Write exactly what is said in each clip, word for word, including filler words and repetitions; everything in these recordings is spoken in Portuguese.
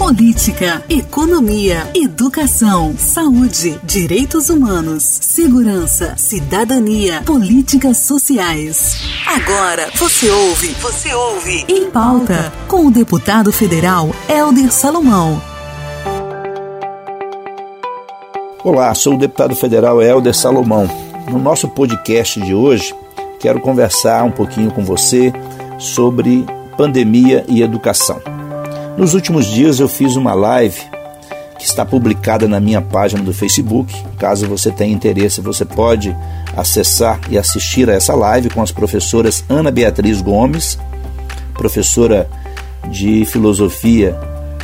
política, economia, educação, saúde, direitos humanos, segurança, cidadania, políticas sociais. Agora você ouve, você ouve Em Pauta, com o deputado federal Hélder Salomão. Olá, sou o deputado federal Hélder Salomão. No nosso podcast de hoje, quero conversar um pouquinho com você sobre pandemia e educação. Nos últimos dias eu fiz uma live que está publicada na minha página do Facebook. Caso você tenha interesse, você pode acessar e assistir a essa live com as professoras Ana Beatriz Gomes, professora de filosofia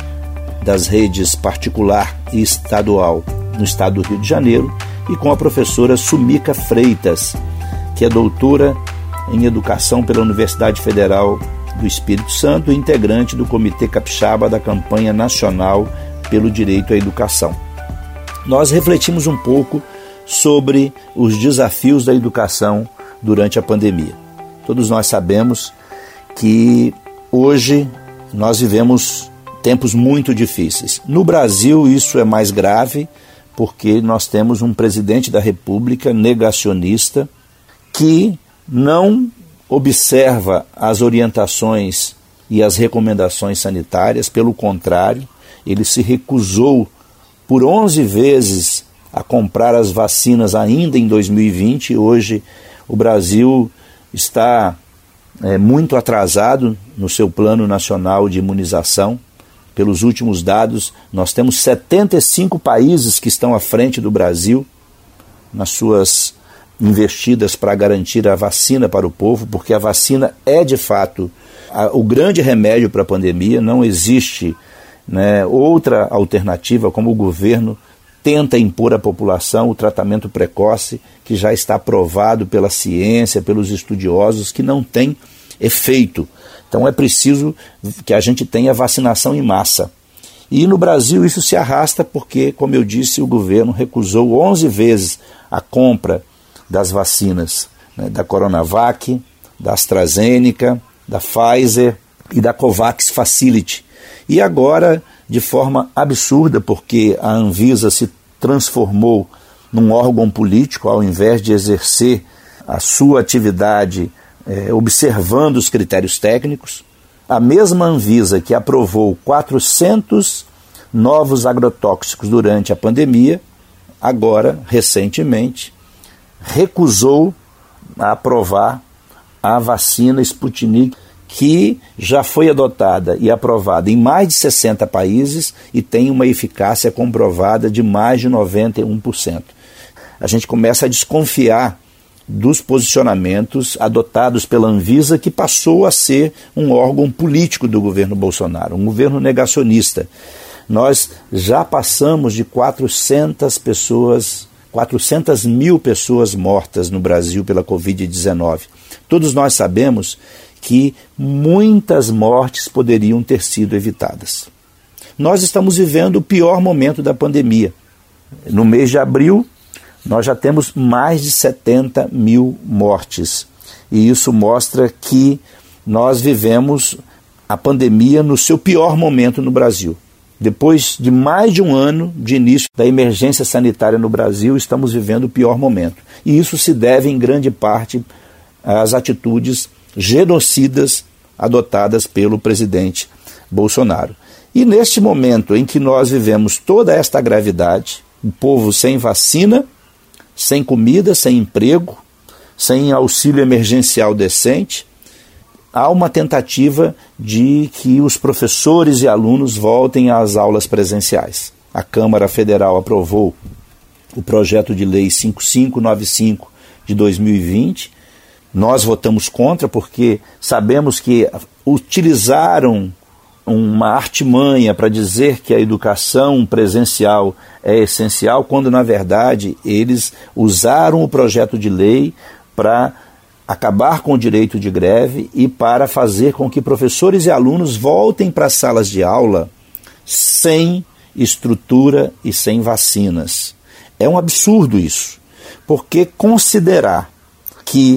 das redes particular e estadual no estado do Rio de Janeiro, e com a professora Sumica Freitas, que é doutora em Educação pela Universidade Federal do Espírito Santo e integrante do Comitê Capixaba da Campanha Nacional pelo Direito à Educação. Nós refletimos um pouco sobre os desafios da educação durante a pandemia. Todos nós sabemos que hoje nós vivemos tempos muito difíceis. No Brasil isso é mais grave, porque nós temos um presidente da República negacionista que não observa as orientações e as recomendações sanitárias. Pelo contrário, ele se recusou por onze vezes a comprar as vacinas ainda em dois mil e vinte. Hoje o Brasil está é, muito atrasado no seu plano nacional de imunização. Pelos últimos dados, nós temos setenta e cinco países que estão à frente do Brasil nas suas investidas para garantir a vacina para o povo, porque a vacina é, de fato, a, o grande remédio para a pandemia. Não existe, né, outra alternativa, como o governo tenta impor à população o tratamento precoce, que já está provado pela ciência, pelos estudiosos, que não tem efeito. Então é preciso que a gente tenha vacinação em massa. E no Brasil isso se arrasta porque, como eu disse, o governo recusou onze vezes a compra das vacinas, né, da Coronavac, da AstraZeneca, da Pfizer e da Covax Facility. E agora, de forma absurda, porque a Anvisa se transformou num órgão político, ao invés de exercer a sua atividade É, observando os critérios técnicos, a mesma Anvisa que aprovou quatrocentos novos agrotóxicos durante a pandemia, agora, recentemente, recusou a aprovar a vacina Sputnik, que já foi adotada e aprovada em mais de sessenta países e tem uma eficácia comprovada de mais de noventa e um por cento. A gente começa a desconfiar dos posicionamentos adotados pela Anvisa, que passou a ser um órgão político do governo Bolsonaro, um governo negacionista. Nós já passamos de quatrocentas pessoas, quatrocentas mil pessoas mortas no Brasil pela covid dezenove. Todos nós sabemos que muitas mortes poderiam ter sido evitadas. Nós estamos vivendo o pior momento da pandemia. No mês de abril, nós já temos mais de setenta mil mortes. E isso mostra que nós vivemos a pandemia no seu pior momento no Brasil. Depois de mais de um ano de início da emergência sanitária no Brasil, estamos vivendo o pior momento. E isso se deve, em grande parte, às atitudes genocidas adotadas pelo presidente Bolsonaro. E neste momento em que nós vivemos toda esta gravidade, o povo sem vacina, sem comida, sem emprego, sem auxílio emergencial decente, há uma tentativa de que os professores e alunos voltem às aulas presenciais. A Câmara Federal aprovou o projeto de lei cinco mil quinhentos e noventa e cinco de dois mil e vinte. Nós votamos contra porque sabemos que utilizaram uma artimanha para dizer que a educação presencial é essencial, quando na verdade eles usaram o projeto de lei para acabar com o direito de greve e para fazer com que professores e alunos voltem para as salas de aula sem estrutura e sem vacinas. É um absurdo isso, porque considerar que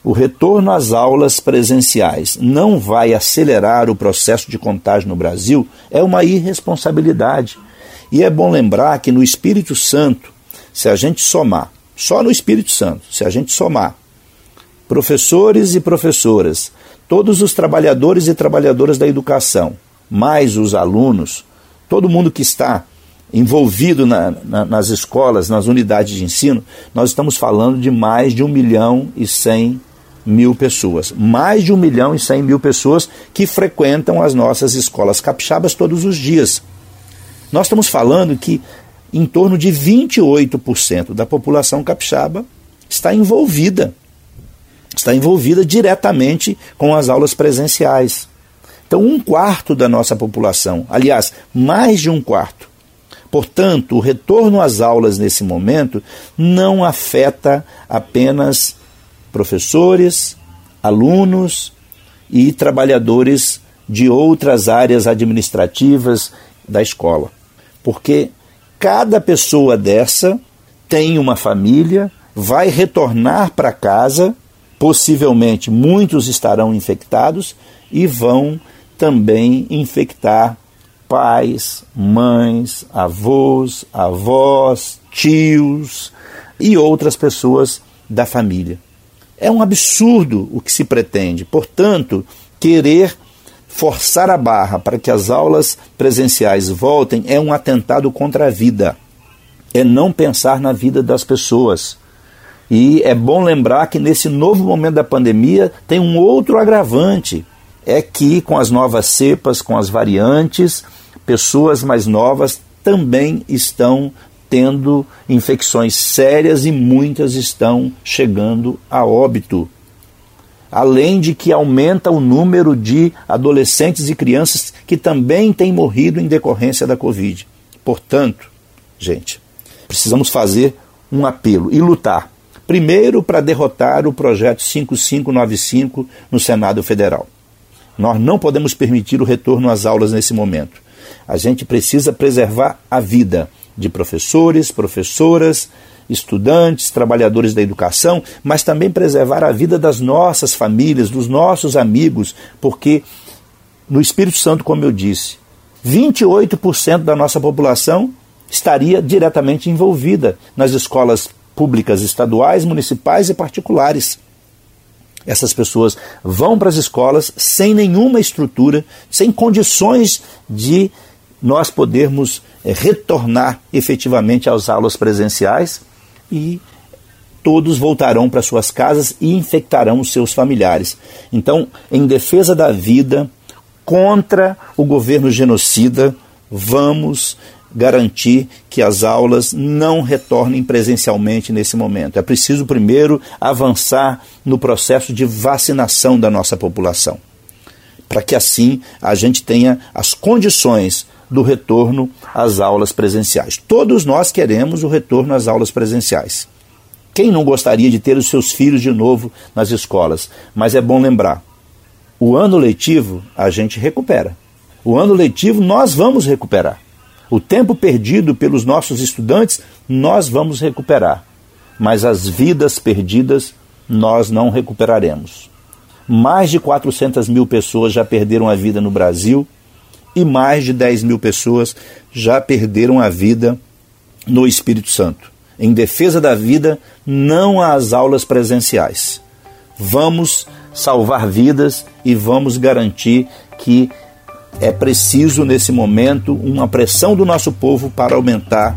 o retorno às aulas presenciais não vai acelerar o processo de contágio no Brasil é uma irresponsabilidade. E é bom lembrar que no Espírito Santo, se a gente somar, só no Espírito Santo, se a gente somar professores e professoras, todos os trabalhadores e trabalhadoras da educação, mais os alunos, todo mundo que está envolvido na, na, nas escolas, nas unidades de ensino, nós estamos falando de mais de um milhão e cem mil pessoas. Mais de um milhão e cem mil pessoas que frequentam as nossas escolas capixabas todos os dias. Nós estamos falando que em torno de vinte e oito por cento da população capixaba está envolvida. Está envolvida diretamente com as aulas presenciais. Então, um quarto da nossa população, aliás, mais de um quarto. Portanto, o retorno às aulas nesse momento não afeta apenas professores, alunos e trabalhadores de outras áreas administrativas da escola. Porque cada pessoa dessa tem uma família, vai retornar para casa, possivelmente muitos estarão infectados e vão também infectar pais, mães, avós, avós, tios e outras pessoas da família. É um absurdo o que se pretende. Portanto, querer forçar a barra para que as aulas presenciais voltem é um atentado contra a vida. É não pensar na vida das pessoas. E é bom lembrar que nesse novo momento da pandemia tem um outro agravante. É que com as novas cepas, com as variantes, pessoas mais novas também estão tendo infecções sérias e muitas estão chegando a óbito. Além de que aumenta o número de adolescentes e crianças que também têm morrido em decorrência da Covid. Portanto, gente, precisamos fazer um apelo e lutar. Primeiro, para derrotar o projeto cinco cinco nove cinco no Senado Federal. Nós não podemos permitir o retorno às aulas nesse momento. A gente precisa preservar a vida de professores, professoras, estudantes, trabalhadores da educação, mas também preservar a vida das nossas famílias, dos nossos amigos, porque no Espírito Santo, como eu disse, vinte e oito por cento da nossa população estaria diretamente envolvida nas escolas públicas estaduais, municipais e particulares. Essas pessoas vão para as escolas sem nenhuma estrutura, sem condições de nós podermos é, retornar efetivamente às aulas presenciais e todos voltarão para suas casas e infectarão os seus familiares. Então, em defesa da vida, contra o governo genocida, vamos garantir que as aulas não retornem presencialmente nesse momento. É preciso primeiro avançar no processo de vacinação da nossa população, para que assim a gente tenha as condições do retorno às aulas presenciais. Todos nós queremos o retorno às aulas presenciais. Quem não gostaria de ter os seus filhos de novo nas escolas? Mas é bom lembrar, o ano letivo a gente recupera. O ano letivo nós vamos recuperar. O tempo perdido pelos nossos estudantes nós vamos recuperar. Mas as vidas perdidas nós não recuperaremos. Mais de quatrocentas mil pessoas já perderam a vida no Brasil e mais de dez mil pessoas já perderam a vida no Espírito Santo. Em defesa da vida, não às aulas presenciais. Vamos salvar vidas e vamos garantir que é preciso, nesse momento, uma pressão do nosso povo para aumentar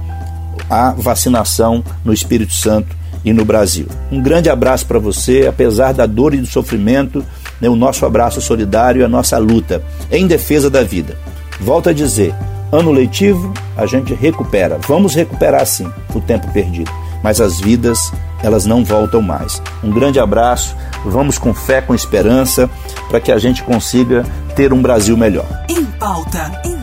a vacinação no Espírito Santo e no Brasil. Um grande abraço para você, apesar da dor e do sofrimento, né, o nosso abraço solidário e a nossa luta em defesa da vida. Volto a dizer, ano letivo a gente recupera, vamos recuperar sim o tempo perdido, mas as vidas, elas não voltam mais. Um grande abraço, vamos com fé, com esperança, para que a gente consiga ter um Brasil melhor. Em pauta. Em